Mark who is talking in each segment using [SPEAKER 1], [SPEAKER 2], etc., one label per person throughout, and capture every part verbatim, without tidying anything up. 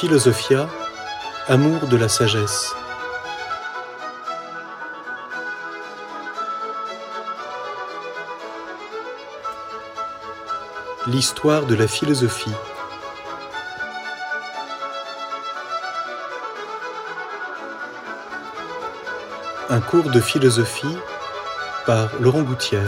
[SPEAKER 1] Philosophia, amour de la sagesse. L'histoire de la philosophie. Un cours de philosophie par Laurent Gouttière.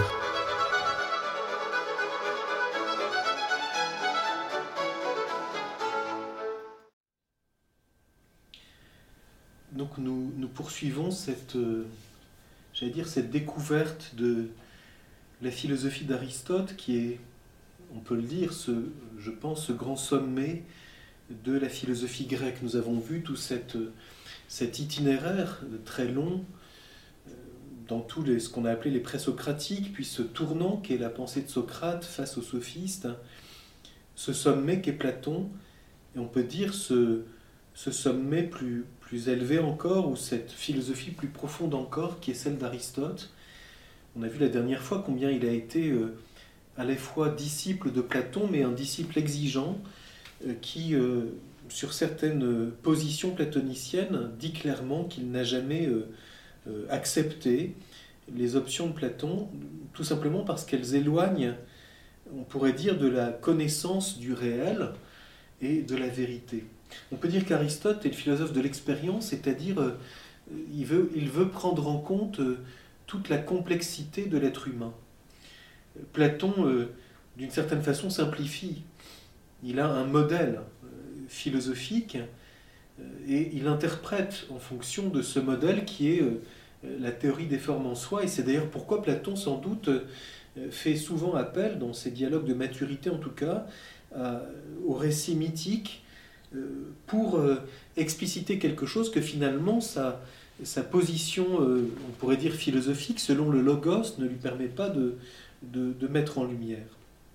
[SPEAKER 1] Donc nous, nous poursuivons cette, euh, j'allais dire, cette découverte de la philosophie d'Aristote qui est, on peut le dire, ce, je pense, ce grand sommet de la philosophie grecque. Nous avons vu tout cette, cet itinéraire très long dans tout les, ce qu'on a appelé les présocratiques, puis ce tournant qu'est la pensée de Socrate face aux sophistes, ce sommet qu'est Platon, et on peut dire ce, ce sommet plus, plus élevé encore, ou cette philosophie plus profonde encore, qui est celle d'Aristote. On a vu la dernière fois combien il a été euh, à la fois disciple de Platon, mais un disciple exigeant, euh, qui, euh, sur certaines positions platoniciennes, dit clairement qu'il n'a jamais euh, euh, accepté les options de Platon, tout simplement parce qu'elles éloignent, on pourrait dire, de la connaissance du réel et de la vérité. On peut dire qu'Aristote est le philosophe de l'expérience, c'est-à-dire euh, il veut, il veut prendre en compte euh, toute la complexité de l'être humain. Platon, euh, d'une certaine façon, simplifie. Il a un modèle euh, philosophique euh, et il interprète en fonction de ce modèle qui est euh, la théorie des formes en soi. Et c'est d'ailleurs pourquoi Platon, sans doute, euh, fait souvent appel, dans ses dialogues de maturité en tout cas, à, au récit mythique, pour euh, expliciter quelque chose que finalement sa, sa position, euh, on pourrait dire philosophique, selon le logos, ne lui permet pas de, de, de mettre en lumière.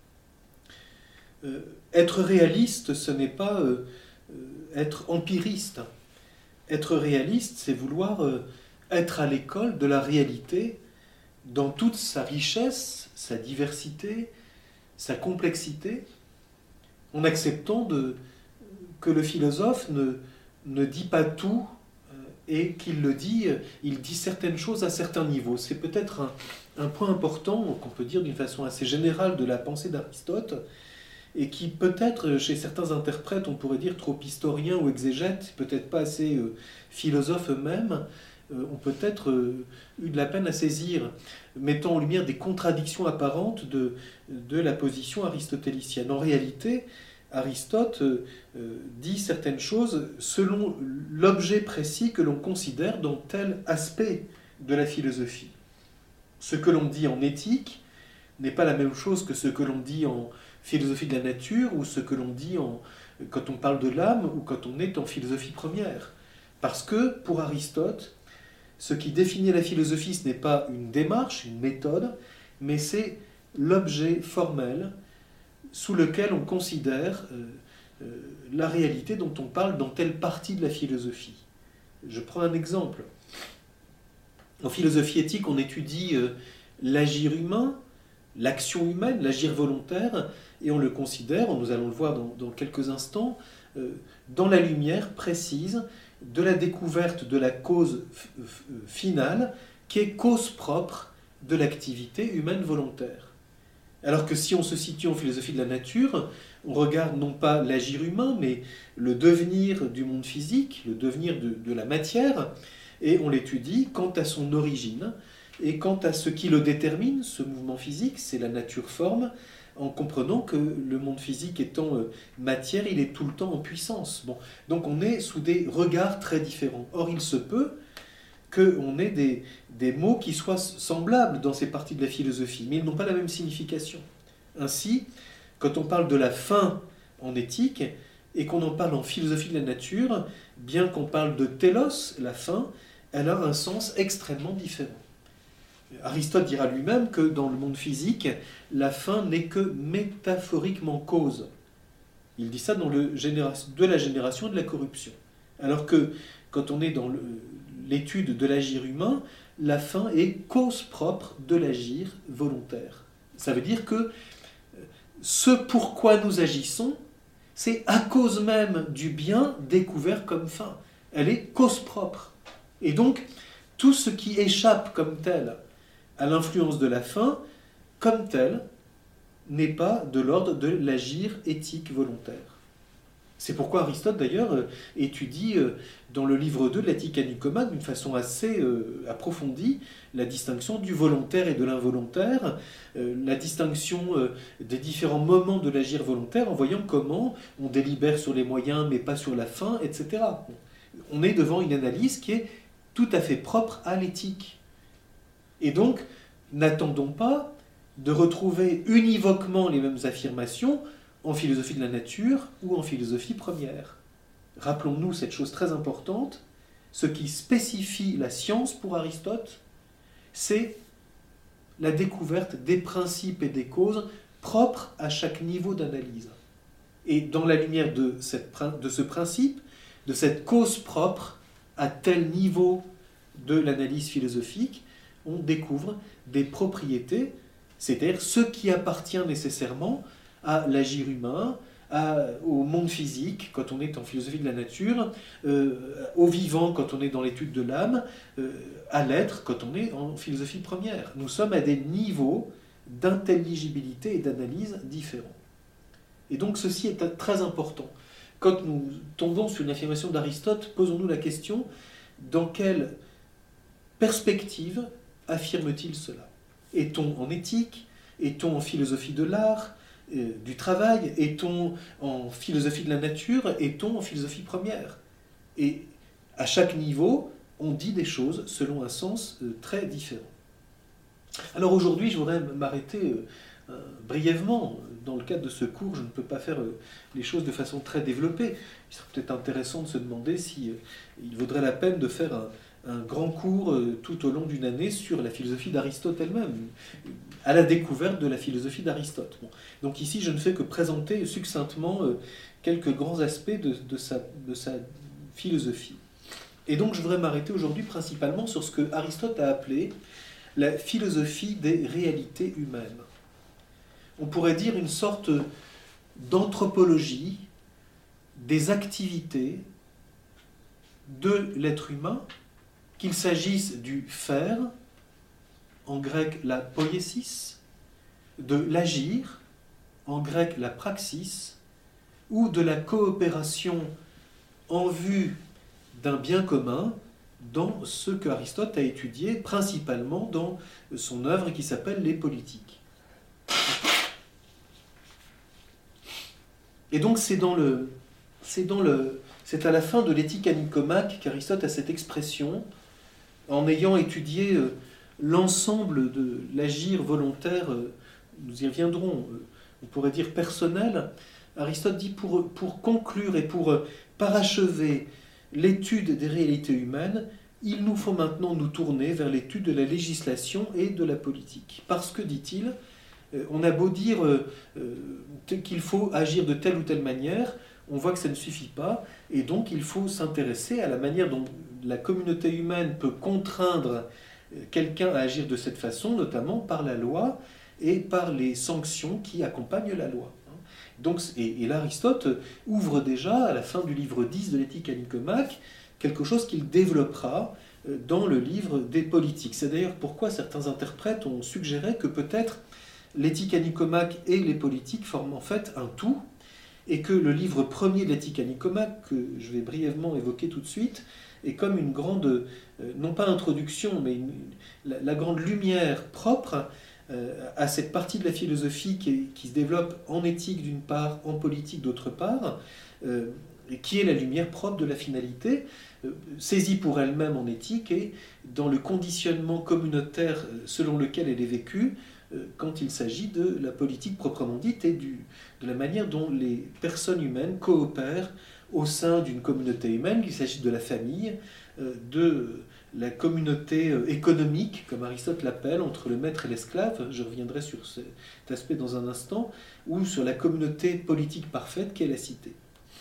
[SPEAKER 1] Euh, être réaliste, ce n'est pas euh, être empiriste. Être réaliste, c'est vouloir euh, être à l'école de la réalité dans toute sa richesse, sa diversité, sa complexité, en acceptant de que le philosophe ne, ne dit pas tout euh, et qu'il le dit, il dit certaines choses à certains niveaux. C'est peut-être un, un point important qu'on peut dire d'une façon assez générale de la pensée d'Aristote et qui peut-être, chez certains interprètes, on pourrait dire trop historiens ou exégètes, peut-être pas assez euh, philosophes eux-mêmes, euh, ont peut-être euh, eu de la peine à saisir, mettant en lumière des contradictions apparentes de, de la position aristotélicienne. En réalité, Aristote euh, dit certaines choses selon l'objet précis que l'on considère dans tel aspect de la philosophie. Ce que l'on dit en éthique n'est pas la même chose que ce que l'on dit en philosophie de la nature ou ce que l'on dit en, quand on parle de l'âme ou quand on est en philosophie première. Parce que pour Aristote, ce qui définit la philosophie, ce n'est pas une démarche, une méthode, mais c'est l'objet formel sous lequel on considère euh, euh, la réalité dont on parle dans telle partie de la philosophie. Je prends un exemple. En philosophie éthique, on étudie euh, l'agir humain, l'action humaine, l'agir volontaire, et on le considère, nous allons le voir dans, dans quelques instants, euh, dans la lumière précise de la découverte de la cause f- f- finale, qui est cause propre de l'activité humaine volontaire. Alors que si on se situe en philosophie de la nature, on regarde non pas l'agir humain, mais le devenir du monde physique, le devenir de, de la matière, et on l'étudie quant à son origine, et quant à ce qui le détermine, ce mouvement physique, c'est la nature-forme, en comprenant que le monde physique étant euh, matière, il est tout le temps en puissance. Bon, donc on est sous des regards très différents. Or, il se peut qu'on ait des, des mots qui soient semblables dans ces parties de la philosophie, mais ils n'ont pas la même signification. Ainsi, quand on parle de la fin en éthique, et qu'on en parle en philosophie de la nature, bien qu'on parle de télos, la fin, elle a un sens extrêmement différent. Aristote dira lui-même que dans le monde physique, la fin n'est que métaphoriquement cause. Il dit ça dans le généra- de la génération et de la corruption. Alors que quand on est dans le, l'étude de l'agir humain, la fin est cause propre de l'agir volontaire. Ça veut dire que ce pourquoi nous agissons, c'est à cause même du bien découvert comme fin. Elle est cause propre. Et donc, tout ce qui échappe comme tel à l'influence de la fin, comme tel, n'est pas de l'ordre de l'agir éthique volontaire. C'est pourquoi Aristote, d'ailleurs, étudie dans le livre deux de l'Éthique à Nicomède d'une façon assez approfondie la distinction du volontaire et de l'involontaire, la distinction des différents moments de l'agir volontaire en voyant comment on délibère sur les moyens mais pas sur la fin, et cetera. On est devant une analyse qui est tout à fait propre à l'éthique. Et donc, n'attendons pas de retrouver univoquement les mêmes affirmations en philosophie de la nature ou en philosophie première. Rappelons-nous cette chose très importante, ce qui spécifie la science pour Aristote, c'est la découverte des principes et des causes propres à chaque niveau d'analyse. Et dans la lumière de, cette, de ce principe, de cette cause propre à tel niveau de l'analyse philosophique, on découvre des propriétés, c'est-à-dire ce qui appartient nécessairement à l'agir humain, à, au monde physique, quand on est en philosophie de la nature, euh, au vivant, quand on est dans l'étude de l'âme, euh, à l'être, quand on est en philosophie première. Nous sommes à des niveaux d'intelligibilité et d'analyse différents. Et donc ceci est très important. Quand nous tombons sur une affirmation d'Aristote, posons-nous la question, dans quelle perspective affirme-t-il cela? Est-on en éthique? Est-on en philosophie de l'art, euh, du travail? Est-on en philosophie de la nature? Est-on en philosophie première? Et à chaque niveau, on dit des choses selon un sens euh, très différent. Alors aujourd'hui, je voudrais m'arrêter euh, euh, brièvement. Dans le cadre de ce cours, je ne peux pas faire euh, les choses de façon très développée. Il serait peut-être intéressant de se demander si euh, il vaudrait la peine de faire un, un grand cours euh, tout au long d'une année sur la philosophie d'Aristote elle-même, à la découverte de la philosophie d'Aristote. Bon. Donc ici, je ne fais que présenter succinctement euh, quelques grands aspects de, de, sa, de sa philosophie. Et donc, je voudrais m'arrêter aujourd'hui principalement sur ce que Aristote a appelé la philosophie des réalités humaines. On pourrait dire une sorte d'anthropologie des activités de l'être humain, qu'il s'agisse du faire, en grec la poiesis, de l'agir, en grec la praxis, ou de la coopération en vue d'un bien commun dans ce qu'Aristote a étudié principalement dans son œuvre qui s'appelle Les Politiques. Et donc c'est dans le, c'est dans le, c'est à la fin de l'Éthique à Nicomède qu'Aristote a cette expression, en ayant étudié l'ensemble de l'agir volontaire, nous y reviendrons, on pourrait dire personnel. Aristote dit pour, pour conclure et pour parachever l'étude des réalités humaines, il nous faut maintenant nous tourner vers l'étude de la législation et de la politique. Parce que, dit-il, on a beau dire qu'il faut agir de telle ou telle manière, on voit que ça ne suffit pas, et donc il faut s'intéresser à la manière dont la communauté humaine peut contraindre quelqu'un à agir de cette façon, notamment par la loi et par les sanctions qui accompagnent la loi. Donc, et, et là, Aristote ouvre déjà, à la fin du livre dix de l'Éthique à Nicomède, quelque chose qu'il développera dans le livre des Politiques. C'est d'ailleurs pourquoi certains interprètes ont suggéré que peut-être l'Éthique à Nicomède et les Politiques forment en fait un tout, et que le livre premier de l'Éthique à Nicomède, que je vais brièvement évoquer tout de suite, est comme une grande, euh, non pas introduction, mais une, la, la grande lumière propre euh, à cette partie de la philosophie qui, est, qui se développe en éthique d'une part, en politique d'autre part, euh, et qui est la lumière propre de la finalité, euh, saisie pour elle-même en éthique et dans le conditionnement communautaire selon lequel elle est vécue, euh, quand il s'agit de la politique proprement dite et du, de la manière dont les personnes humaines coopèrent au sein d'une communauté humaine, qu'il s'agisse de la famille, de la communauté économique, comme Aristote l'appelle, entre le maître et l'esclave, je reviendrai sur cet aspect dans un instant, ou sur la communauté politique parfaite qu'est la cité.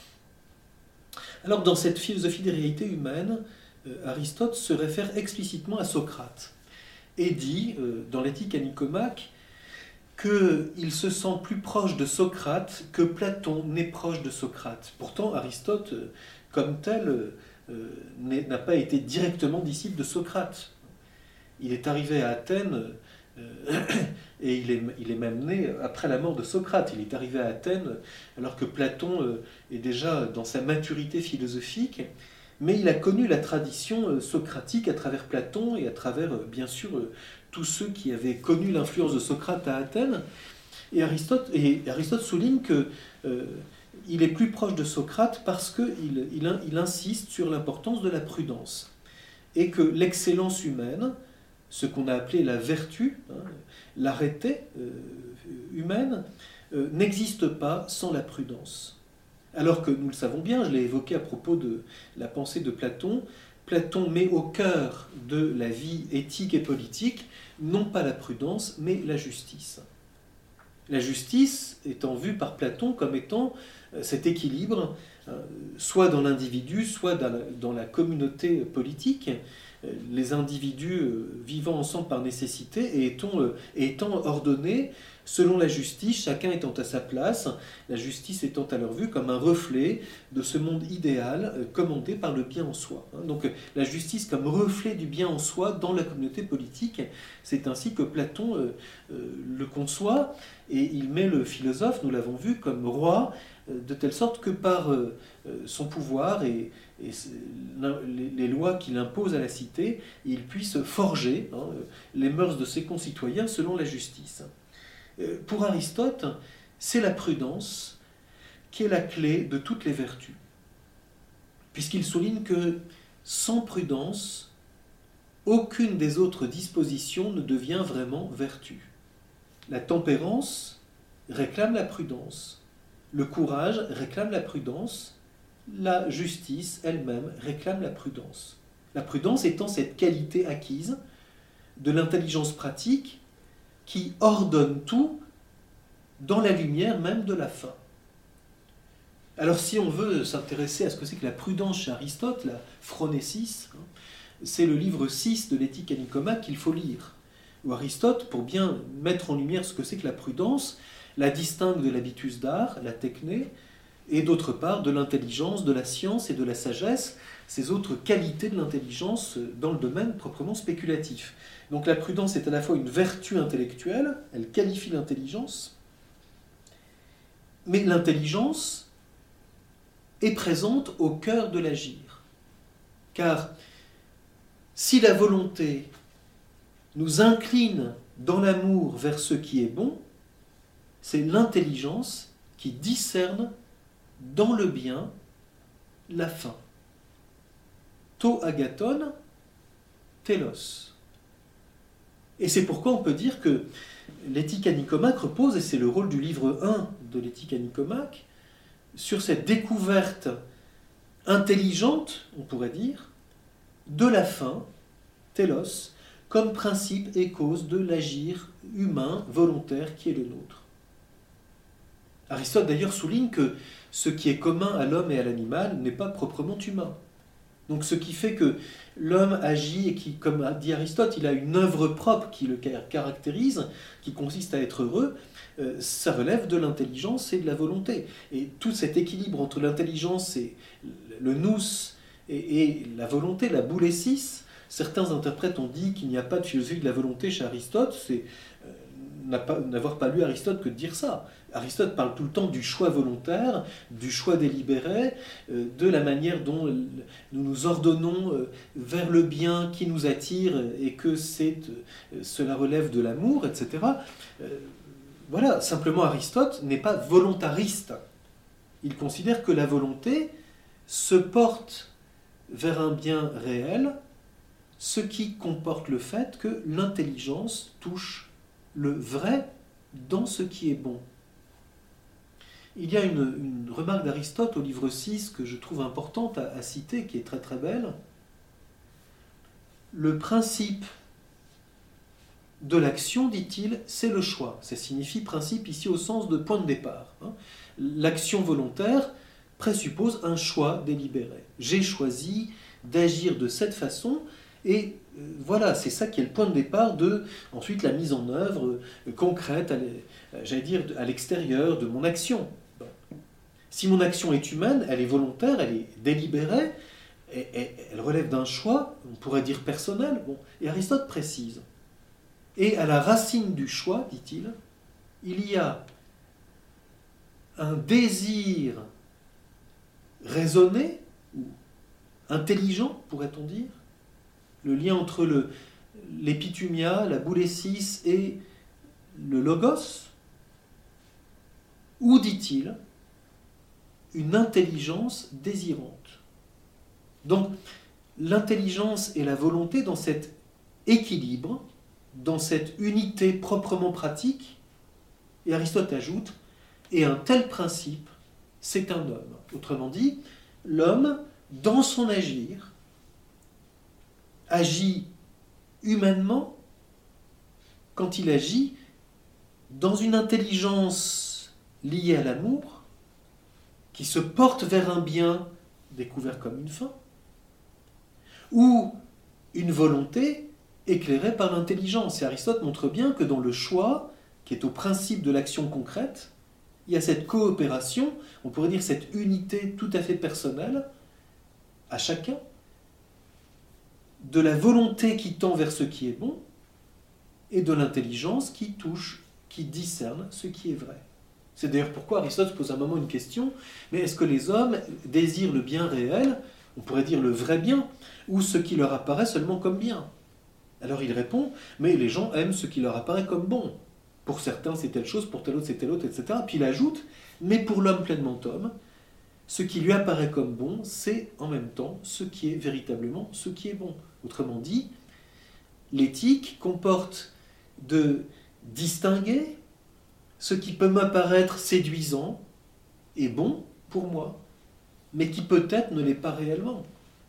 [SPEAKER 1] Alors dans cette philosophie des réalités humaines, Aristote se réfère explicitement à Socrate, et dit, dans l'Éthique à Nicomède, qu'il se sent plus proche de Socrate que Platon n'est proche de Socrate. Pourtant, Aristote, comme tel, euh, n'a pas été directement disciple de Socrate. Il est arrivé à Athènes, euh, et il est, il est même né après la mort de Socrate. Il est arrivé à Athènes alors que Platon euh, est déjà dans sa maturité philosophique, mais il a connu la tradition euh, socratique à travers Platon et à travers, euh, bien sûr, euh, tous ceux qui avaient connu l'influence de Socrate à Athènes. Et Aristote, et Aristote souligne que euh, il est plus proche de Socrate parce qu'il il, il insiste sur l'importance de la prudence et que l'excellence humaine, ce qu'on a appelé la vertu, hein, l'arrêté euh, humaine, euh, n'existe pas sans la prudence. Alors que nous le savons bien, je l'ai évoqué à propos de la pensée de Platon, Platon met au cœur de la vie éthique et politique non pas la prudence, mais la justice. La justice étant vue par Platon comme étant cet équilibre, soit dans l'individu, soit dans la, dans la communauté politique, les individus vivant ensemble par nécessité et étant, et étant ordonnés selon la justice, chacun étant à sa place, la justice étant à leur vue comme un reflet de ce monde idéal commandé par le bien en soi. Donc la justice comme reflet du bien en soi dans la communauté politique, c'est ainsi que Platon le conçoit, et il met le philosophe, nous l'avons vu, comme roi, de telle sorte que par son pouvoir et, et les lois qu'il impose à la cité, il puisse forger hein, les mœurs de ses concitoyens selon la justice. Pour Aristote, c'est la prudence qui est la clé de toutes les vertus, puisqu'il souligne que sans prudence, aucune des autres dispositions ne devient vraiment vertu. La tempérance réclame la prudence, le courage réclame la prudence, la justice elle-même réclame la prudence. La prudence étant cette qualité acquise de l'intelligence pratique qui ordonne tout dans la lumière même de la fin. Alors si on veut s'intéresser à ce que c'est que la prudence chez Aristote, la phronésis, c'est le livre six de l'Éthique à Nicomaque qu'il faut lire, où Aristote, pour bien mettre en lumière ce que c'est que la prudence, la distingue de l'habitus d'art, la techné, et d'autre part de l'intelligence, de la science et de la sagesse, ces autres qualités de l'intelligence dans le domaine proprement spéculatif. Donc la prudence est à la fois une vertu intellectuelle, elle qualifie l'intelligence, mais l'intelligence est présente au cœur de l'agir. Car si la volonté nous incline dans l'amour vers ce qui est bon, c'est l'intelligence qui discerne dans le bien la fin. To agathon, telos. Et c'est pourquoi on peut dire que l'éthique à Nicomaque repose, et c'est le rôle du livre un de l'éthique à Nicomaque, sur cette découverte intelligente, on pourrait dire, de la fin, telos, comme principe et cause de l'agir humain, volontaire, qui est le nôtre. Aristote d'ailleurs souligne que ce qui est commun à l'homme et à l'animal n'est pas proprement humain. Donc ce qui fait que l'homme agit et qui, comme a dit Aristote, il a une œuvre propre qui le caractérise, qui consiste à être heureux, euh, ça relève de l'intelligence et de la volonté. Et tout cet équilibre entre l'intelligence et le nous et, et la volonté, la boulesis, certains interprètes ont dit qu'il n'y a pas de philosophie de la volonté chez Aristote, c'est euh, n'avoir pas lu Aristote que de dire ça. Aristote parle tout le temps du choix volontaire, du choix délibéré, euh, de la manière dont nous nous ordonnons euh, vers le bien qui nous attire et que c'est, euh, cela relève de l'amour, et cetera. Euh, voilà, simplement Aristote n'est pas volontariste. Il considère que la volonté se porte vers un bien réel, ce qui comporte le fait que l'intelligence touche le vrai dans ce qui est bon. Il y a une, une remarque d'Aristote au livre six que je trouve importante à, à citer, qui est très très belle. Le principe de l'action, dit-il, c'est le choix. Ça signifie principe ici au sens de point de départ. L'action volontaire présuppose un choix délibéré. J'ai choisi d'agir de cette façon et voilà, c'est ça qui est le point de départ de, ensuite, la mise en œuvre euh, concrète, à l'e- euh, j'allais dire, à l'extérieur de mon action. Bon. Si mon action est humaine, elle est volontaire, elle est délibérée, et, et- elle relève d'un choix, on pourrait dire personnel. Bon. Et Aristote précise. Et à la racine du choix, dit-il, il y a un désir raisonné, ou intelligent, pourrait-on dire, le lien entre le, l'épithumia, la boulesis et le logos, ou, dit-il, une intelligence désirante. Donc, l'intelligence et la volonté dans cet équilibre, dans cette unité proprement pratique, et Aristote ajoute, et un tel principe, c'est un homme. Autrement dit, l'homme, dans son agir, agit humainement quand il agit dans une intelligence liée à l'amour, qui se porte vers un bien découvert comme une fin, ou une volonté éclairée par l'intelligence. Et Aristote montre bien que dans le choix, qui est au principe de l'action concrète, il y a cette coopération, on pourrait dire cette unité tout à fait personnelle, à chacun, de la volonté qui tend vers ce qui est bon, et de l'intelligence qui touche, qui discerne ce qui est vrai. C'est d'ailleurs pourquoi Aristote se pose à un moment une question, mais est-ce que les hommes désirent le bien réel, on pourrait dire le vrai bien, ou ce qui leur apparaît seulement comme bien? Alors il répond, mais les gens aiment ce qui leur apparaît comme bon. Pour certains c'est telle chose, pour tel autre c'est telle autre, et cetera. Puis il ajoute, mais pour l'homme pleinement homme, ce qui lui apparaît comme bon, c'est en même temps ce qui est véritablement ce qui est bon. Autrement dit, l'éthique comporte de distinguer ce qui peut m'apparaître séduisant et bon pour moi, mais qui peut-être ne l'est pas réellement.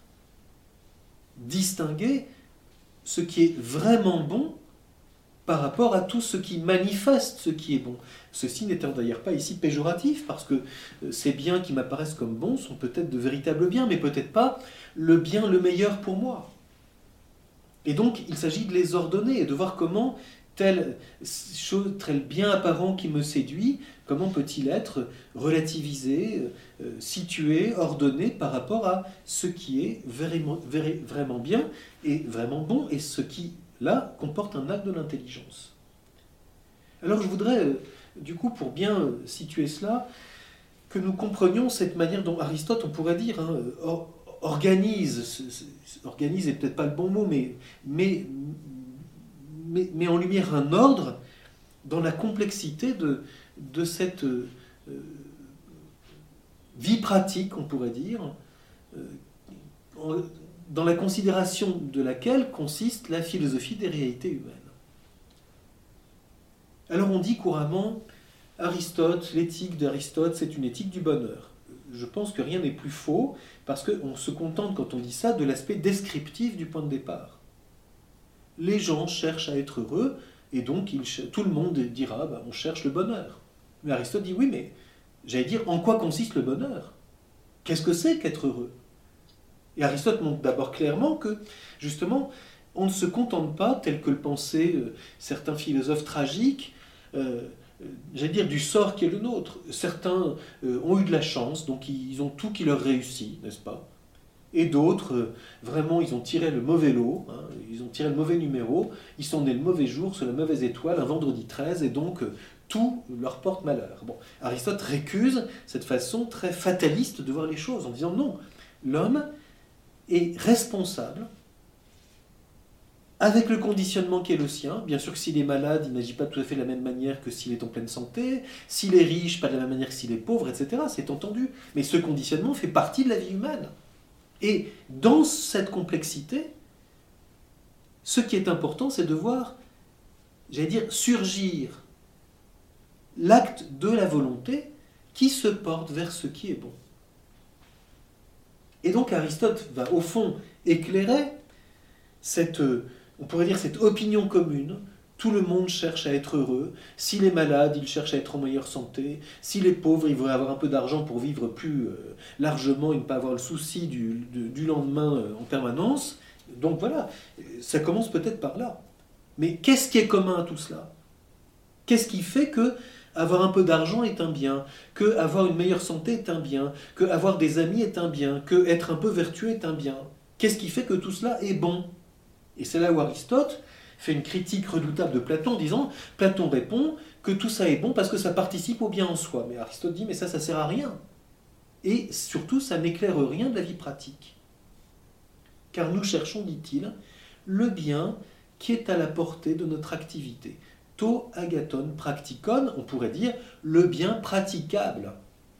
[SPEAKER 1] Distinguer ce qui est vraiment bon par rapport à tout ce qui manifeste ce qui est bon. Ceci n'étant d'ailleurs pas ici péjoratif, parce que ces biens qui m'apparaissent comme bons sont peut-être de véritables biens, mais peut-être pas le bien le meilleur pour moi. Et donc, il s'agit de les ordonner et de voir comment tel, chose, tel bien apparent qui me séduit, comment peut-il être relativisé, euh, situé, ordonné par rapport à ce qui est vraiment, vraiment bien et vraiment bon, et ce qui, là, comporte un acte de l'intelligence. Alors je voudrais, euh, du coup, pour bien euh, situer cela, que nous comprenions cette manière dont Aristote, on pourrait dire, hein, or, organise, organise est peut-être pas le bon mot, mais, mais, mais, mais en lumière un ordre dans la complexité de, de cette euh, vie pratique, on pourrait dire, euh, dans la considération de laquelle consiste la philosophie des réalités humaines. Alors on dit couramment, Aristote, l'éthique d'Aristote, c'est une éthique du bonheur. Je pense que rien n'est plus faux, parce qu'on se contente, quand on dit ça, de l'aspect descriptif du point de départ. Les gens cherchent à être heureux, et donc ils, tout le monde dira, bah, on cherche le bonheur. Mais Aristote dit, oui, mais j'allais dire, en quoi consiste le bonheur? Qu'est-ce que c'est qu'être heureux? Et Aristote montre d'abord clairement que, justement, on ne se contente pas, tel que le pensaient euh, certains philosophes tragiques, euh, j'allais dire, du sort qui est le nôtre. Certains euh, ont eu de la chance, donc ils ont tout qui leur réussit, n'est-ce pas? Et d'autres, euh, vraiment, ils ont tiré le mauvais lot, hein, ils ont tiré le mauvais numéro, ils sont nés le mauvais jour, sur la mauvaise étoile, un vendredi treize, et donc euh, tout leur porte malheur. Bon, Aristote récuse cette façon très fataliste de voir les choses, en disant non, l'homme est responsable avec le conditionnement qui est le sien. Bien sûr que s'il est malade, il n'agit pas tout à fait de la même manière que s'il est en pleine santé. S'il est riche, pas de la même manière que s'il est pauvre, et cetera. C'est entendu. Mais ce conditionnement fait partie de la vie humaine. Et dans cette complexité, ce qui est important, c'est de voir, j'allais dire, surgir l'acte de la volonté qui se porte vers ce qui est bon. Et donc Aristote va au fond éclairer cette, on pourrait dire, cette opinion commune. Tout le monde cherche à être heureux. S'il est malade, il cherche à être en meilleure santé. S'il est pauvre, il veut avoir un peu d'argent pour vivre plus euh, largement et ne pas avoir le souci du, du, du lendemain euh, en permanence. Donc voilà, ça commence peut-être par là. Mais qu'est-ce qui est commun à tout cela? Qu'est-ce qui fait que avoir un peu d'argent est un bien, que avoir une meilleure santé est un bien, que avoir des amis est un bien, que être un peu vertueux est un bien? Qu'est-ce qui fait que tout cela est bon? Et c'est là où Aristote fait une critique redoutable de Platon en disant, Platon répond que tout ça est bon parce que ça participe au bien en soi. Mais Aristote dit, mais ça, ça sert à rien. Et surtout, ça n'éclaire rien de la vie pratique. Car nous cherchons, dit-il, le bien qui est à la portée de notre activité. To agathon practicon, on pourrait dire le bien praticable.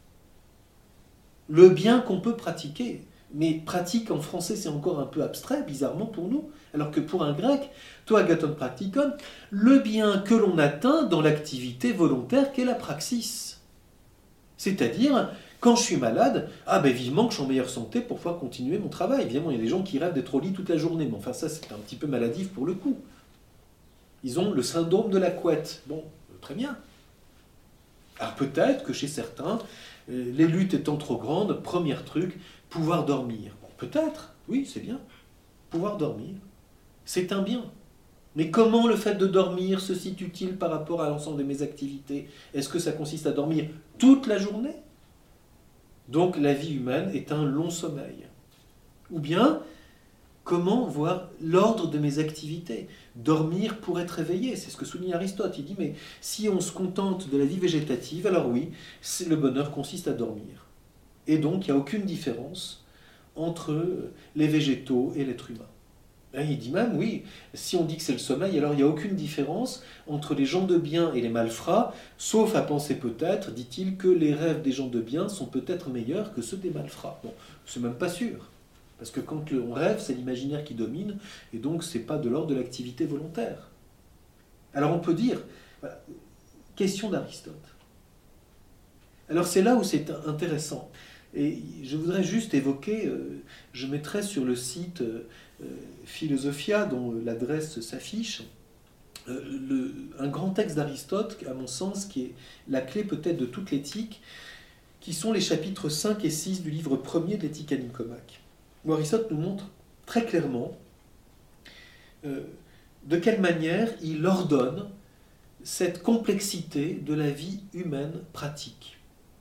[SPEAKER 1] Le bien qu'on peut pratiquer. Mais pratique en français, c'est encore un peu abstrait, bizarrement pour nous. Alors que pour un grec, to agathon practicon, le bien que l'on atteint dans l'activité volontaire qu'est la praxis. C'est-à-dire, quand je suis malade, ah ben vivement que je suis en meilleure santé pour pouvoir continuer mon travail. Évidemment, il y a des gens qui rêvent d'être au lit toute la journée, mais enfin ça, c'est un petit peu maladif pour le coup. Ils ont le syndrome de la couette. Bon, très bien. Alors peut-être que chez certains, les luttes étant trop grandes, premier truc, pouvoir dormir. Bon, peut-être, oui, c'est bien. Pouvoir dormir, c'est un bien. Mais comment le fait de dormir se situe-t-il par rapport à l'ensemble de mes activités? Est-ce que ça consiste à dormir toute la journée? Donc la vie humaine est un long sommeil. Ou bien, comment voir l'ordre de mes activités? Dormir pour être éveillé, c'est ce que souligne Aristote. Il dit, mais si on se contente de la vie végétative, alors oui, le bonheur consiste à dormir. Et donc, il n'y a aucune différence entre les végétaux et l'être humain. Et il dit même, oui, si on dit que c'est le sommeil, alors il n'y a aucune différence entre les gens de bien et les malfrats, sauf à penser peut-être, dit-il, que les rêves des gens de bien sont peut-être meilleurs que ceux des malfrats. Bon, c'est même pas sûr. Parce que quand on rêve, c'est l'imaginaire qui domine, et donc ce n'est pas de l'ordre de l'activité volontaire. Alors on peut dire, voilà, question d'Aristote. Alors c'est là où c'est intéressant. Et je voudrais juste évoquer, euh, je mettrai sur le site euh, Philosophia, dont l'adresse s'affiche, euh, le, un grand texte d'Aristote, à mon sens, qui est la clé peut-être de toute l'éthique, qui sont les chapitres cinq et six du livre premier de l'éthique à Nicomaque, où Aristote nous montre très clairement euh, de quelle manière il ordonne cette complexité de la vie humaine pratique.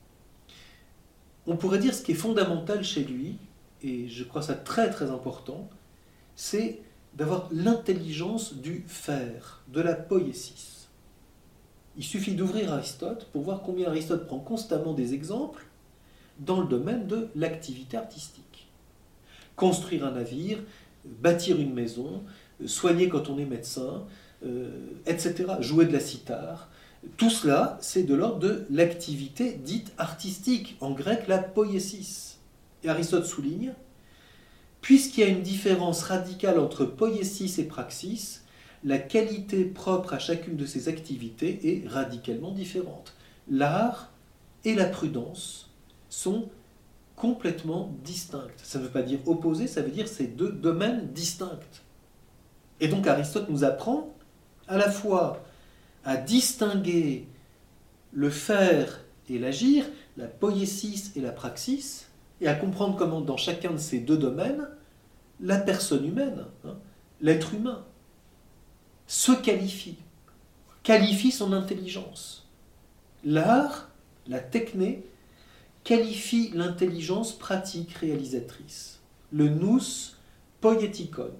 [SPEAKER 1] On pourrait dire ce qui est fondamental chez lui, et je crois ça très très important, c'est d'avoir l'intelligence du faire, de la poiesis. Il suffit d'ouvrir Aristote pour voir combien Aristote prend constamment des exemples dans le domaine de l'activité artistique. Construire un navire, bâtir une maison, soigner quand on est médecin, euh, et cetera. Jouer de la cithare. Tout cela, c'est de l'ordre de l'activité dite artistique, en grec la poiesis. Et Aristote souligne, puisqu'il y a une différence radicale entre poiesis et praxis, la qualité propre à chacune de ces activités est radicalement différente. L'art et la prudence sont complètement distinctes. Ça ne veut pas dire opposés, ça veut dire ces deux domaines distincts. Et donc Aristote nous apprend à la fois à distinguer le faire et l'agir, la poiesis et la praxis, et à comprendre comment dans chacun de ces deux domaines, la personne humaine, hein, l'être humain, se qualifie, qualifie son intelligence. L'art, la techné, qualifie l'intelligence pratique réalisatrice, le nous poietikon.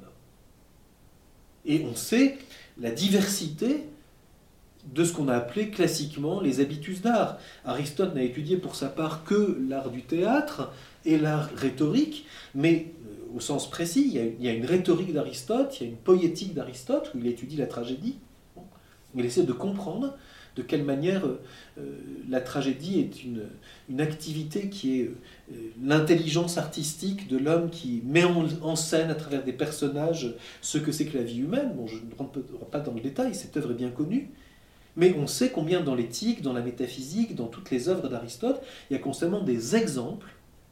[SPEAKER 1] Et on sait la diversité de ce qu'on a appelé classiquement les habitus d'art. Aristote n'a étudié pour sa part que l'art du théâtre et l'art rhétorique, mais euh, au sens précis, il y, a, il y a une rhétorique d'Aristote, il y a une poétique d'Aristote, où il étudie la tragédie. Bon, il essaie de comprendre de quelle manière euh, la tragédie est une, une activité qui est euh, l'intelligence artistique de l'homme qui met en, en scène à travers des personnages ce que c'est que la vie humaine. Bon, je ne rentre pas dans le détail, cette œuvre est bien connue. Mais on sait combien dans l'éthique, dans la métaphysique, dans toutes les œuvres d'Aristote, il y a constamment des exemples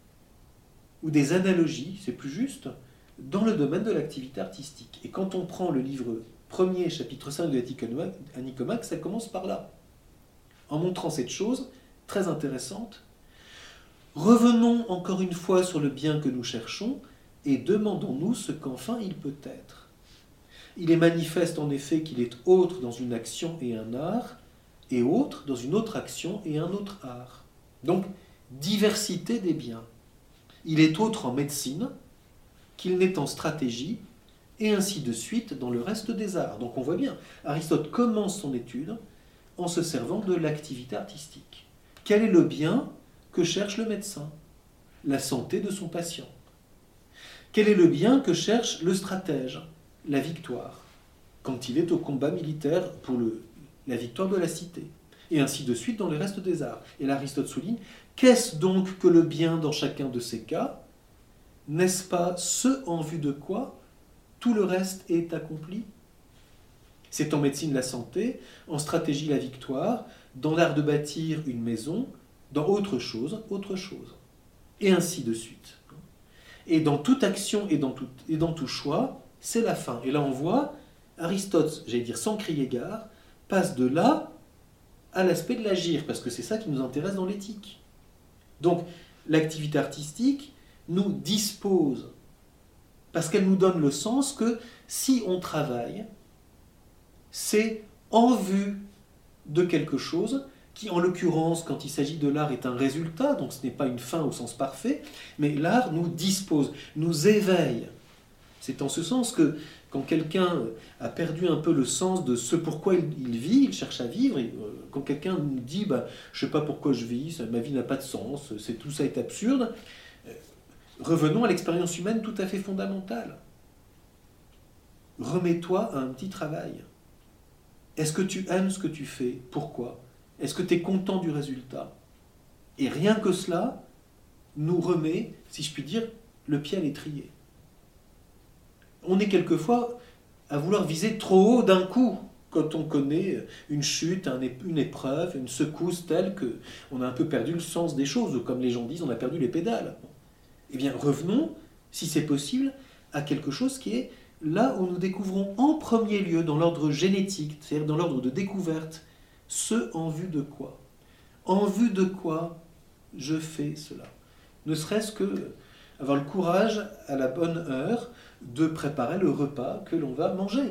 [SPEAKER 1] ou des analogies, c'est plus juste, dans le domaine de l'activité artistique. Et quand on prend le livre premier, chapitre cinq de l'éthique à Nicomaque, ça commence par là, en montrant cette chose très intéressante. Revenons encore une fois sur le bien que nous cherchons, et demandons-nous ce qu'enfin il peut être. Il est manifeste en effet qu'il est autre dans une action et un art, et autre dans une autre action et un autre art. Donc, diversité des biens. Il est autre en médecine qu'il n'est en stratégie, et ainsi de suite dans le reste des arts. Donc on voit bien, Aristote commence son étude en se servant de l'activité artistique. Quel est le bien que cherche le médecin? La santé de son patient. Quel est le bien que cherche le stratège? La victoire, quand il est au combat militaire pour le, la victoire de la cité. Et ainsi de suite dans le reste des arts. Et là, Aristote souligne, qu'est-ce donc que le bien dans chacun de ces cas? N'est-ce pas ce en vue de quoi tout le reste est accompli? C'est en médecine la santé, en stratégie la victoire, dans l'art de bâtir une maison, dans autre chose, autre chose. Et ainsi de suite. Et dans toute action et dans tout, et dans tout choix, c'est la fin. Et là on voit, Aristote, j'allais dire sans crier gare, passe de là à l'aspect de l'agir, parce que c'est ça qui nous intéresse dans l'éthique. Donc l'activité artistique nous dispose, parce qu'elle nous donne le sens que si on travaille, c'est en vue de quelque chose qui, en l'occurrence, quand il s'agit de l'art, est un résultat, donc ce n'est pas une fin au sens parfait, mais l'art nous dispose, nous éveille. C'est en ce sens que quand quelqu'un a perdu un peu le sens de ce pourquoi il, il vit, il cherche à vivre, et euh, quand quelqu'un nous dit bah, « je ne sais pas pourquoi je vis, ça, ma vie n'a pas de sens, c'est, tout ça est absurde euh, », revenons à l'expérience humaine tout à fait fondamentale. Remets-toi à un petit travail. Est-ce que tu aimes ce que tu fais? Pourquoi? Est-ce que tu es content du résultat? Et rien que cela nous remet, si je puis dire, le pied à l'étrier. On est quelquefois à vouloir viser trop haut d'un coup, quand on connaît une chute, une épreuve, une secousse telle qu'on a un peu perdu le sens des choses, ou comme les gens disent, on a perdu les pédales. Eh bien, revenons, si c'est possible, à quelque chose qui est là où nous découvrons en premier lieu, dans l'ordre génétique, c'est-à-dire dans l'ordre de découverte, ce en vue de quoi? En vue de quoi je fais cela? Ne serait-ce que avoir le courage, à la bonne heure, de préparer le repas que l'on va manger.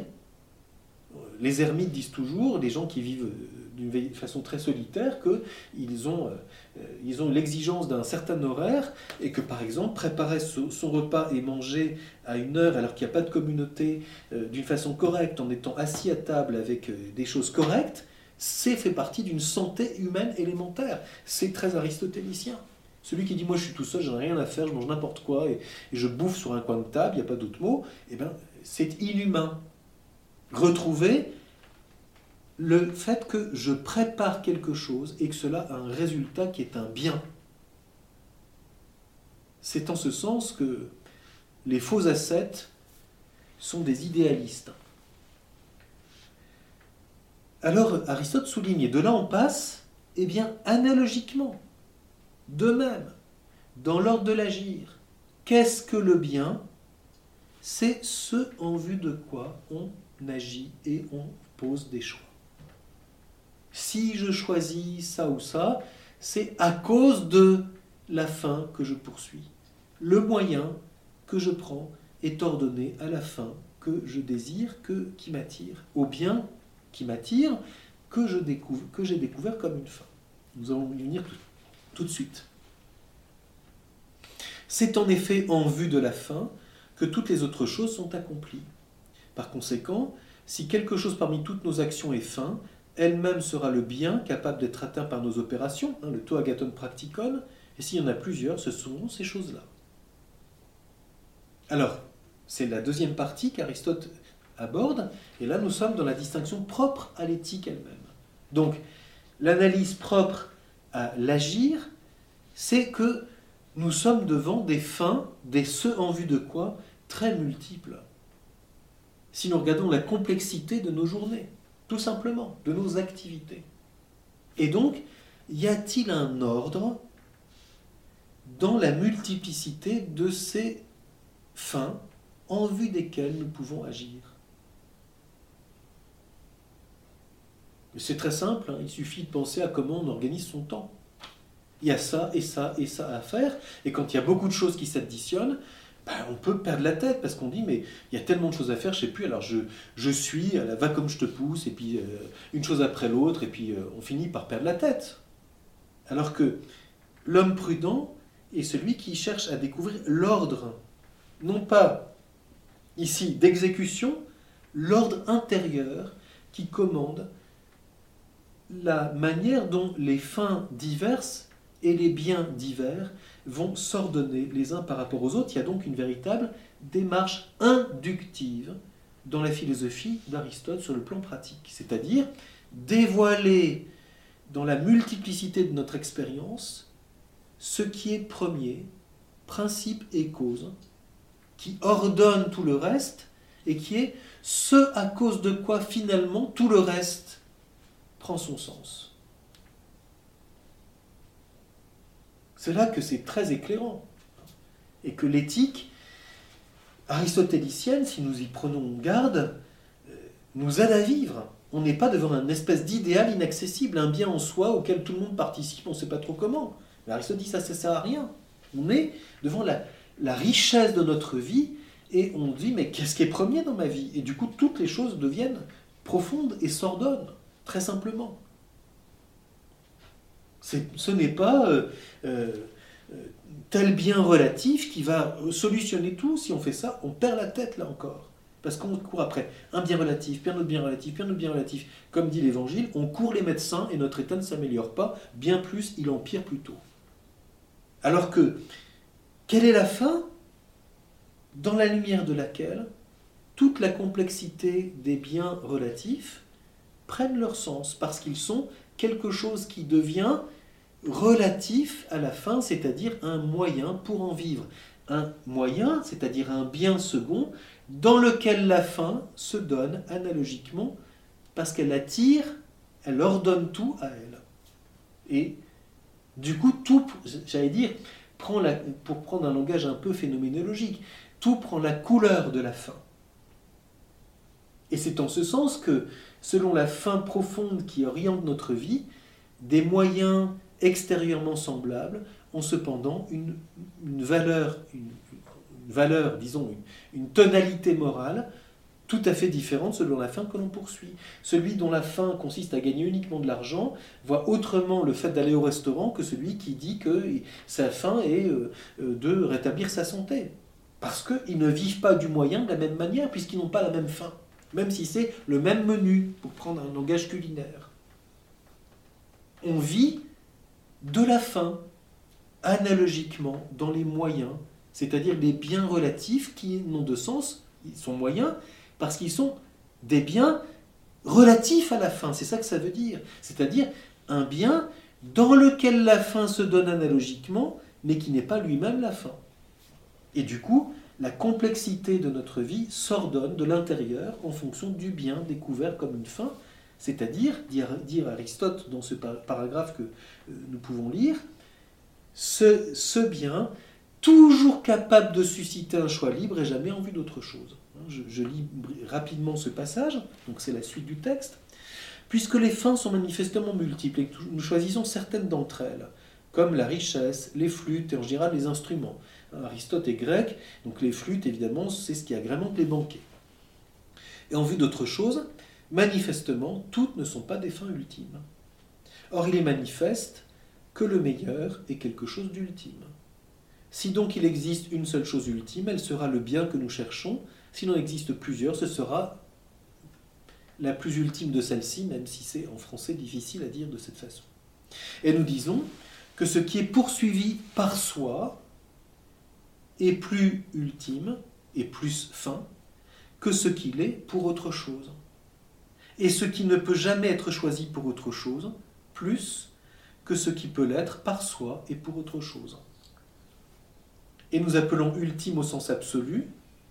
[SPEAKER 1] Les ermites disent toujours, les gens qui vivent d'une façon très solitaire, qu'ils ont, euh, ils ont l'exigence d'un certain horaire et que, par exemple, préparer son, son repas et manger à une heure alors qu'il n'y a pas de communauté euh, d'une façon correcte, en étant assis à table avec euh, des choses correctes, c'est fait partie d'une santé humaine élémentaire. C'est très aristotélicien. Celui qui dit « moi je suis tout seul, je n'ai rien à faire, je mange n'importe quoi et, et je bouffe sur un coin de table, il n'y a pas d'autre mot », eh bien, c'est inhumain. Retrouver le fait que je prépare quelque chose et que cela a un résultat qui est un bien. C'est en ce sens que les faux ascètes sont des idéalistes. Alors Aristote souligne, et de là on passe, eh bien, analogiquement, de même, dans l'ordre de l'agir, qu'est-ce que le bien? C'est ce en vue de quoi on agit et on pose des choix. Si je choisis ça ou ça, c'est à cause de la fin que je poursuis. Le moyen que je prends est ordonné à la fin que je désire, que, qui m'attire, au bien qui m'attire, que, je découvre, que j'ai découvert comme une fin. Nous allons y venir tout, tout de suite. C'est en effet en vue de la fin que toutes les autres choses sont accomplies. Par conséquent, si quelque chose parmi toutes nos actions est fin, elle-même sera le bien capable d'être atteint par nos opérations, hein, le to agathon practicon, et s'il y en a plusieurs, ce sont ces choses-là. Alors, c'est la deuxième partie qu'Aristote aborde, et là nous sommes dans la distinction propre à l'éthique elle-même. Donc, l'analyse propre à l'agir, c'est que nous sommes devant des fins, des ce en vue de quoi, très multiples. Si nous regardons la complexité de nos journées, tout simplement, de nos activités. Et donc, y a-t-il un ordre dans la multiplicité de ces fins en vue desquelles nous pouvons agir? C'est très simple, hein, il suffit de penser à comment on organise son temps. Il y a ça et ça et ça à faire, et quand il y a beaucoup de choses qui s'additionnent, ben, on peut perdre la tête parce qu'on dit mais il y a tellement de choses à faire, je ne sais plus, alors je, je suis, à la va comme je te pousse, et puis euh, une chose après l'autre, et puis euh, on finit par perdre la tête. Alors que l'homme prudent est celui qui cherche à découvrir l'ordre, non pas ici d'exécution, l'ordre intérieur qui commande la manière dont les fins diverses et les biens divers vont s'ordonner les uns par rapport aux autres. Il y a donc une véritable démarche inductive dans la philosophie d'Aristote sur le plan pratique, c'est-à-dire dévoiler dans la multiplicité de notre expérience ce qui est premier, principe et cause, qui ordonne tout le reste et qui est ce à cause de quoi finalement tout le reste prend son sens. C'est là que c'est très éclairant. Et que l'éthique aristotélicienne, si nous y prenons garde, nous aide à vivre. On n'est pas devant une espèce d'idéal inaccessible, un bien en soi auquel tout le monde participe, on ne sait pas trop comment. Mais Aristote dit ça, ça ne sert à rien. On est devant la, la richesse de notre vie et on dit, mais qu'est-ce qui est premier dans ma vie? Et du coup, toutes les choses deviennent profondes et s'ordonnent, très simplement. C'est, ce n'est pas euh, euh, tel bien relatif qui va solutionner tout. Si on fait ça, on perd la tête, là encore. Parce qu'on court après un bien relatif, puis un autre bien relatif, puis un autre bien relatif. Comme dit l'Évangile, on court les médecins et notre état ne s'améliore pas, bien plus, il empire plutôt. Alors que, quelle est la fin dans la lumière de laquelle toute la complexité des biens relatifs prennent leur sens, parce qu'ils sont quelque chose qui devient relatif à la fin, c'est-à-dire un moyen pour en vivre. Un moyen, c'est-à-dire un bien second, dans lequel la fin se donne analogiquement, parce qu'elle attire, elle ordonne tout à elle. Et du coup, tout, j'allais dire, prend la, pour prendre un langage un peu phénoménologique, tout prend la couleur de la fin. Et c'est en ce sens que, selon la fin profonde qui oriente notre vie, des moyens extérieurement semblables ont cependant une, une valeur, une, une valeur, disons, une, une tonalité morale tout à fait différente selon la fin que l'on poursuit. Celui dont la fin consiste à gagner uniquement de l'argent voit autrement le fait d'aller au restaurant que celui qui dit que sa fin est de rétablir sa santé. Parce qu'ils ne vivent pas du moyen de la même manière, puisqu'ils n'ont pas la même fin. Même si c'est le même menu, pour prendre un langage culinaire. On vit de la fin, analogiquement, dans les moyens, c'est-à-dire les biens relatifs qui n'ont de sens, ils sont moyens, parce qu'ils sont des biens relatifs à la fin. C'est ça que ça veut dire. C'est-à-dire un bien dans lequel la fin se donne analogiquement, mais qui n'est pas lui-même la fin. Et du coup, la complexité de notre vie s'ordonne de l'intérieur en fonction du bien découvert comme une fin, c'est-à-dire, dire, dire Aristote dans ce paragraphe que euh, nous pouvons lire, ce, ce bien, toujours capable de susciter un choix libre et jamais en vue d'autre chose. Je, je lis rapidement ce passage, donc c'est la suite du texte. Puisque les fins sont manifestement multiples et que nous choisissons certaines d'entre elles, comme la richesse, les flûtes et en général les instruments. Aristote est grec, donc les flûtes, évidemment, c'est ce qui agrémente les banquets. Et en vue d'autre chose, manifestement, toutes ne sont pas des fins ultimes. Or, il est manifeste que le meilleur est quelque chose d'ultime. Si donc il existe une seule chose ultime, elle sera le bien que nous cherchons. S'il en existe plusieurs, ce sera la plus ultime de celle-ci, même si c'est en français difficile à dire de cette façon. Et nous disons que ce qui est poursuivi par soi est plus ultime et plus fin que ce qu'il est pour autre chose. Et ce qui ne peut jamais être choisi pour autre chose, plus que ce qui peut l'être par soi et pour autre chose. Et nous appelons ultime au sens absolu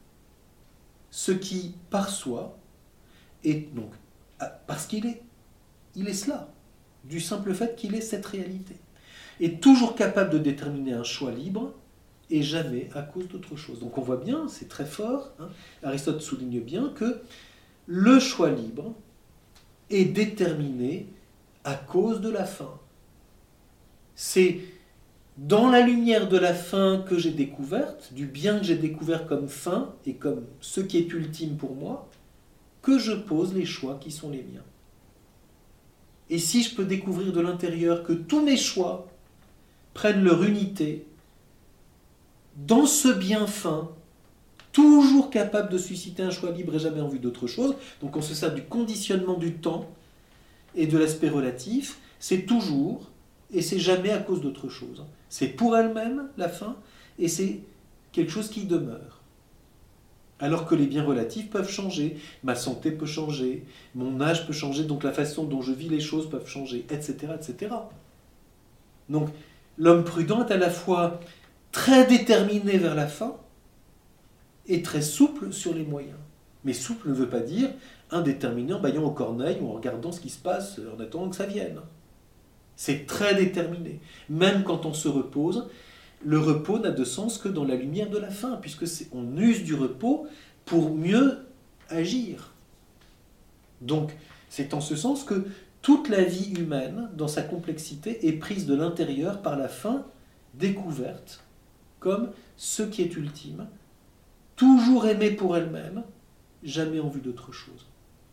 [SPEAKER 1] ce qui, par soi, est donc, parce qu'il est, il est cela, du simple fait qu'il est cette réalité, est toujours capable de déterminer un choix libre et jamais à cause d'autre chose. Donc on voit bien, c'est très fort, hein, Aristote souligne bien que le choix libre est déterminé à cause de la fin. C'est dans la lumière de la fin que j'ai découverte, du bien que j'ai découvert comme fin et comme ce qui est ultime pour moi, que je pose les choix qui sont les miens. Et si je peux découvrir de l'intérieur que tous mes choix prennent leur unité dans ce bien fin, toujours capable de susciter un choix libre et jamais en vue d'autre chose, donc on se sert du conditionnement du temps et de l'aspect relatif, c'est toujours et c'est jamais à cause d'autre chose. C'est pour elle-même la fin et c'est quelque chose qui demeure. Alors que les biens relatifs peuvent changer, ma santé peut changer, mon âge peut changer, donc la façon dont je vis les choses peuvent changer, et cetera, et cetera. Donc l'homme prudent est à la fois très déterminé vers la fin et très souple sur les moyens. Mais souple ne veut pas dire indéterminé en baillant aux corneilles ou en regardant ce qui se passe en attendant que ça vienne. C'est très déterminé. Même quand on se repose, le repos n'a de sens que dans la lumière de la fin, puisque c'est, on use du repos pour mieux agir. Donc, c'est en ce sens que toute la vie humaine, dans sa complexité, est prise de l'intérieur par la fin découverte, comme ce qui est ultime, toujours aimée pour elle-même, jamais en vue d'autre chose.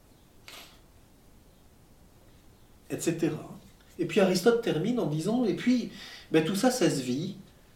[SPEAKER 1] Etc. Et puis Aristote termine en disant, et puis, ben, tout ça, ça se vit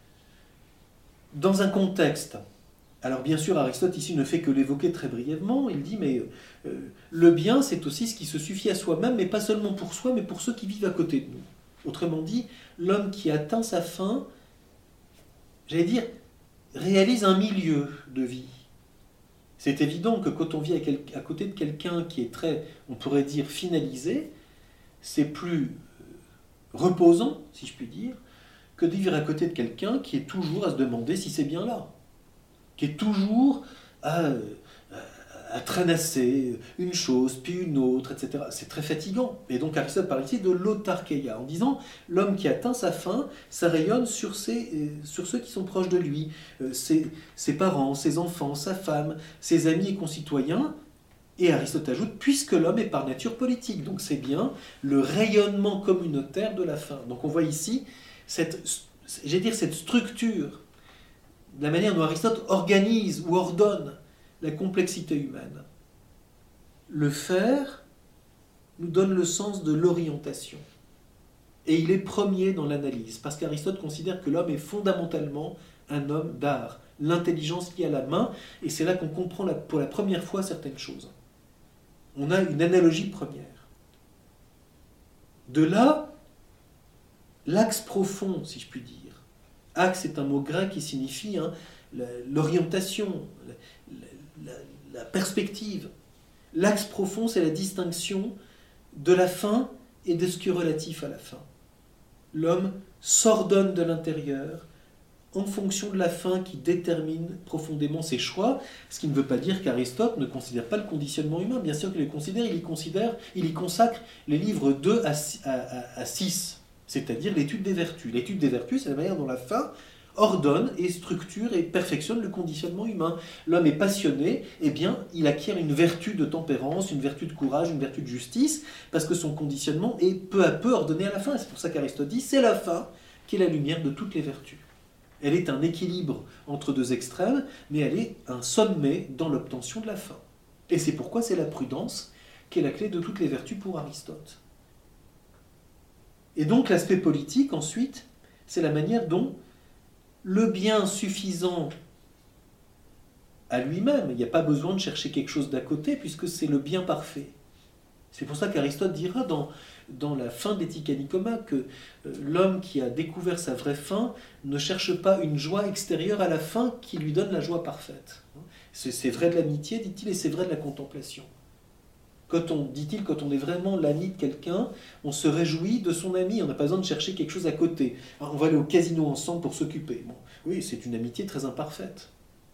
[SPEAKER 1] dans un contexte. Alors bien sûr, Aristote ici ne fait que l'évoquer très brièvement, il dit, mais euh, le bien, c'est aussi ce qui se suffit à soi-même, mais pas seulement pour soi, mais pour ceux qui vivent à côté de nous. Autrement dit, l'homme qui atteint sa fin, j'allais dire, réalise un milieu de vie. C'est évident que quand on vit à, quel, à côté de quelqu'un qui est très, on pourrait dire, finalisé, c'est plus reposant, si je puis dire, que de vivre à côté de quelqu'un qui est toujours à se demander si c'est bien là, qui est toujours à, à, à traînasser une chose, puis une autre, et cetera. C'est très fatigant. Et donc Aristote parle ici de l'autarkeia, en disant l'homme qui atteint sa fin, ça rayonne sur, ses, sur ceux qui sont proches de lui, ses, ses parents, ses enfants, sa femme, ses amis et concitoyens. Et Aristote ajoute, puisque l'homme est par nature politique, donc c'est bien le rayonnement communautaire de la fin. Donc on voit ici cette, j'allais dire, cette structure, la manière dont Aristote organise ou ordonne la complexité humaine. Le faire nous donne le sens de l'orientation. Et il est premier dans l'analyse, parce qu'Aristote considère que l'homme est fondamentalement un homme d'art, l'intelligence qui a la main, et c'est là qu'on comprend la, pour la première fois certaines choses. On a une analogie première. De là, l'axe profond, si je puis dire. Axe est un mot grec qui signifie hein, l'orientation, la, la, la perspective. L'axe profond, c'est la distinction de la fin et de ce qui est relatif à la fin. L'homme s'ordonne de l'intérieur en fonction de la fin qui détermine profondément ses choix, ce qui ne veut pas dire qu'Aristote ne considère pas le conditionnement humain. Bien sûr qu'il le considère, il y considère, il y consacre les livres deux à six, c'est-à-dire l'étude des vertus. L'étude des vertus, c'est la manière dont la fin ordonne et structure et perfectionne le conditionnement humain. L'homme est passionné, eh bien, il acquiert une vertu de tempérance, une vertu de courage, une vertu de justice, parce que son conditionnement est peu à peu ordonné à la fin. C'est pour ça qu'Aristote dit, c'est la fin qui est la lumière de toutes les vertus. Elle est un équilibre entre deux extrêmes, mais elle est un sommet dans l'obtention de la fin. Et c'est pourquoi c'est la prudence qui est la clé de toutes les vertus pour Aristote. Et donc l'aspect politique, ensuite, c'est la manière dont le bien suffisant à lui-même, il n'y a pas besoin de chercher quelque chose d'à côté, puisque c'est le bien parfait. C'est pour ça qu'Aristote dira dans, dans la fin d'Éthique à Nicoma que euh, l'homme qui a découvert sa vraie fin ne cherche pas une joie extérieure à la fin qui lui donne la joie parfaite. C'est, c'est vrai de l'amitié, dit-il, et c'est vrai de la contemplation. Quand on, dit-il, quand on est vraiment l'ami de quelqu'un, on se réjouit de son ami, on n'a pas besoin de chercher quelque chose à côté. Alors, on va aller au casino ensemble pour s'occuper. Bon, oui, c'est une amitié très imparfaite.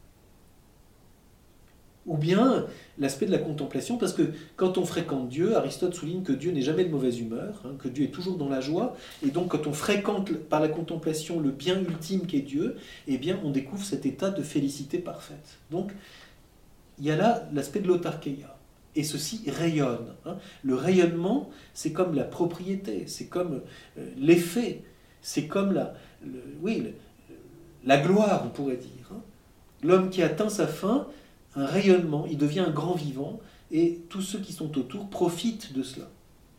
[SPEAKER 1] Ou bien l'aspect de la contemplation, parce que quand on fréquente Dieu, Aristote souligne que Dieu n'est jamais de mauvaise humeur, hein, que Dieu est toujours dans la joie, et donc quand on fréquente par la contemplation le bien ultime qu'est Dieu, eh bien on découvre cet état de félicité parfaite. Donc il y a là l'aspect de l'autarkeia, et ceci rayonne. Hein. Le rayonnement, c'est comme la propriété, c'est comme euh, l'effet C'est comme la, le, oui, le, la gloire, on pourrait dire. Hein. L'homme qui atteint sa fin, un rayonnement, il devient un grand vivant, et tous ceux qui sont autour profitent de cela.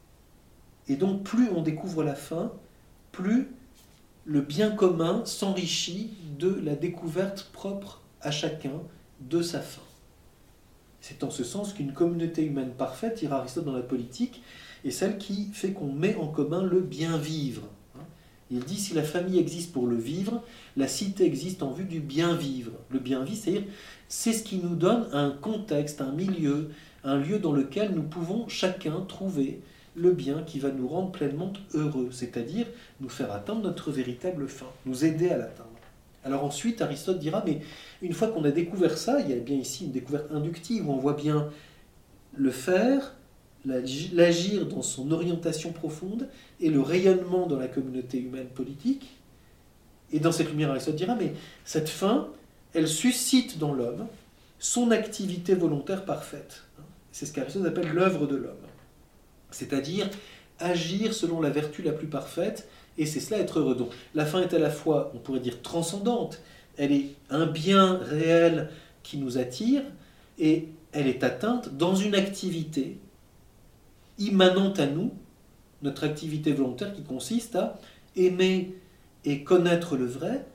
[SPEAKER 1] Et donc, plus on découvre la fin, plus le bien commun s'enrichit de la découverte propre à chacun de sa fin. C'est en ce sens qu'une communauté humaine parfaite, dira Aristote dans la Politique, est celle qui fait qu'on met en commun le bien vivre. Il dit, si la famille existe pour le vivre, la cité existe en vue du bien vivre. Le bien vivre, c'est-à-dire, c'est ce qui nous donne un contexte, un milieu, un lieu dans lequel nous pouvons chacun trouver le bien qui va nous rendre pleinement heureux, c'est-à-dire nous faire atteindre notre véritable fin, nous aider à l'atteindre. Alors ensuite, Aristote dira, mais une fois qu'on a découvert ça, il y a bien ici une découverte inductive, où on voit bien le faire, l'agir dans son orientation profonde, et le rayonnement dans la communauté humaine politique. Et dans cette lumière, Aristote dira, mais cette fin, elle suscite dans l'homme son activité volontaire parfaite. C'est ce qu'Aristote appelle l'œuvre de l'homme. C'est-à-dire agir selon la vertu la plus parfaite, et c'est cela être heureux. Donc la fin est à la fois, on pourrait dire, transcendante, elle est un bien réel qui nous attire, et elle est atteinte dans une activité immanente à nous, notre activité volontaire qui consiste à aimer et connaître le vrai,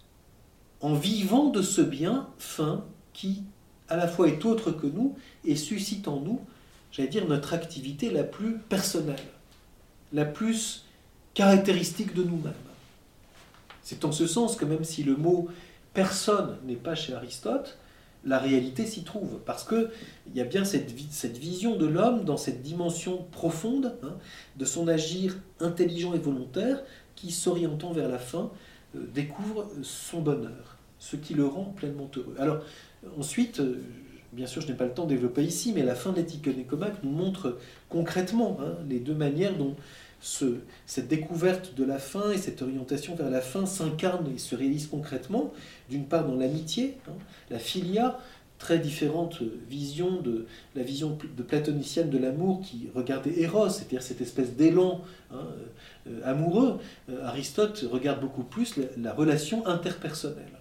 [SPEAKER 1] en vivant de ce bien fin qui, à la fois, est autre que nous, et suscite en nous, j'allais dire, notre activité la plus personnelle, la plus caractéristique de nous-mêmes. C'est en ce sens que même si le mot « personne » n'est pas chez Aristote, la réalité s'y trouve, parce qu'il y a bien cette, cette vision de l'homme dans cette dimension profonde, hein, de son agir intelligent et volontaire, qui, s'orientant vers la fin, euh, découvre son bonheur, ce qui le rend pleinement heureux. Alors, ensuite, euh, bien sûr, je n'ai pas le temps de développer ici, mais la fin de l'éthique Nicomaque nous montre concrètement hein, les deux manières dont ce, cette découverte de la fin et cette orientation vers la fin s'incarnent et se réalisent concrètement, d'une part dans l'amitié, hein, la philia, très différente vision de la vision de platonicienne de l'amour qui regardait Eros, c'est-à-dire cette espèce d'élan hein, euh, amoureux. Euh, Aristote regarde beaucoup plus la, la relation interpersonnelle.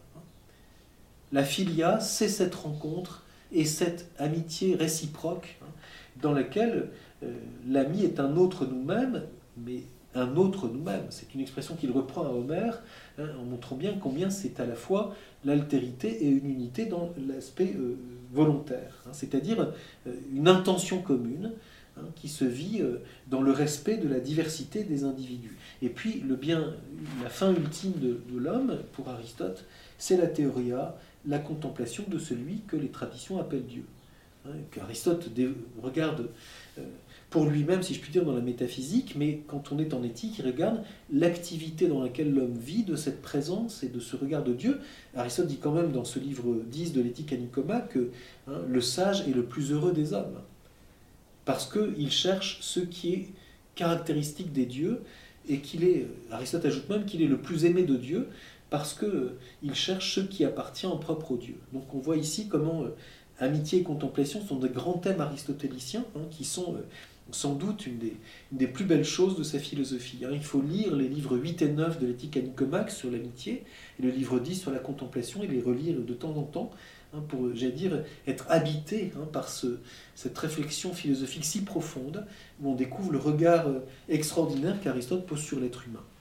[SPEAKER 1] La philia, c'est cette rencontre et cette amitié réciproque hein, dans laquelle euh, l'ami est un autre nous-mêmes, mais un autre nous-mêmes. C'est une expression qu'il reprend à Homère, hein, en montrant bien combien c'est à la fois l'altérité et une unité dans l'aspect euh, volontaire. Hein, c'est-à-dire euh, une intention commune hein, qui se vit euh, dans le respect de la diversité des individus. Et puis, le bien, la fin ultime de, de l'homme, pour Aristote, c'est la théoria, la contemplation de celui que les traditions appellent Dieu. Hein, qu'Aristote regarde euh, pour lui-même, si je puis dire, dans la métaphysique, mais quand on est en éthique, il regarde l'activité dans laquelle l'homme vit de cette présence et de ce regard de Dieu. Aristote dit quand même dans ce livre dix de l'éthique à Nicomaque que hein, le sage est le plus heureux des hommes, parce qu'il cherche ce qui est caractéristique des dieux, et qu'il est, Aristote ajoute même qu'il est le plus aimé de Dieu, parce qu'il cherche ce qui appartient en propre au Dieu. Donc on voit ici comment euh, amitié et contemplation sont des grands thèmes aristotéliciens, hein, qui sont... Euh, sans doute une des, une des plus belles choses de sa philosophie. Hein. Il faut lire les livres huit et neuf de l'éthique à Nicomaque sur l'amitié, et le livre dix sur la contemplation, et les relire de temps en temps, hein, pour, j'allais dire, être habité hein, par ce, cette réflexion philosophique si profonde, où on découvre le regard extraordinaire qu'Aristote pose sur l'être humain.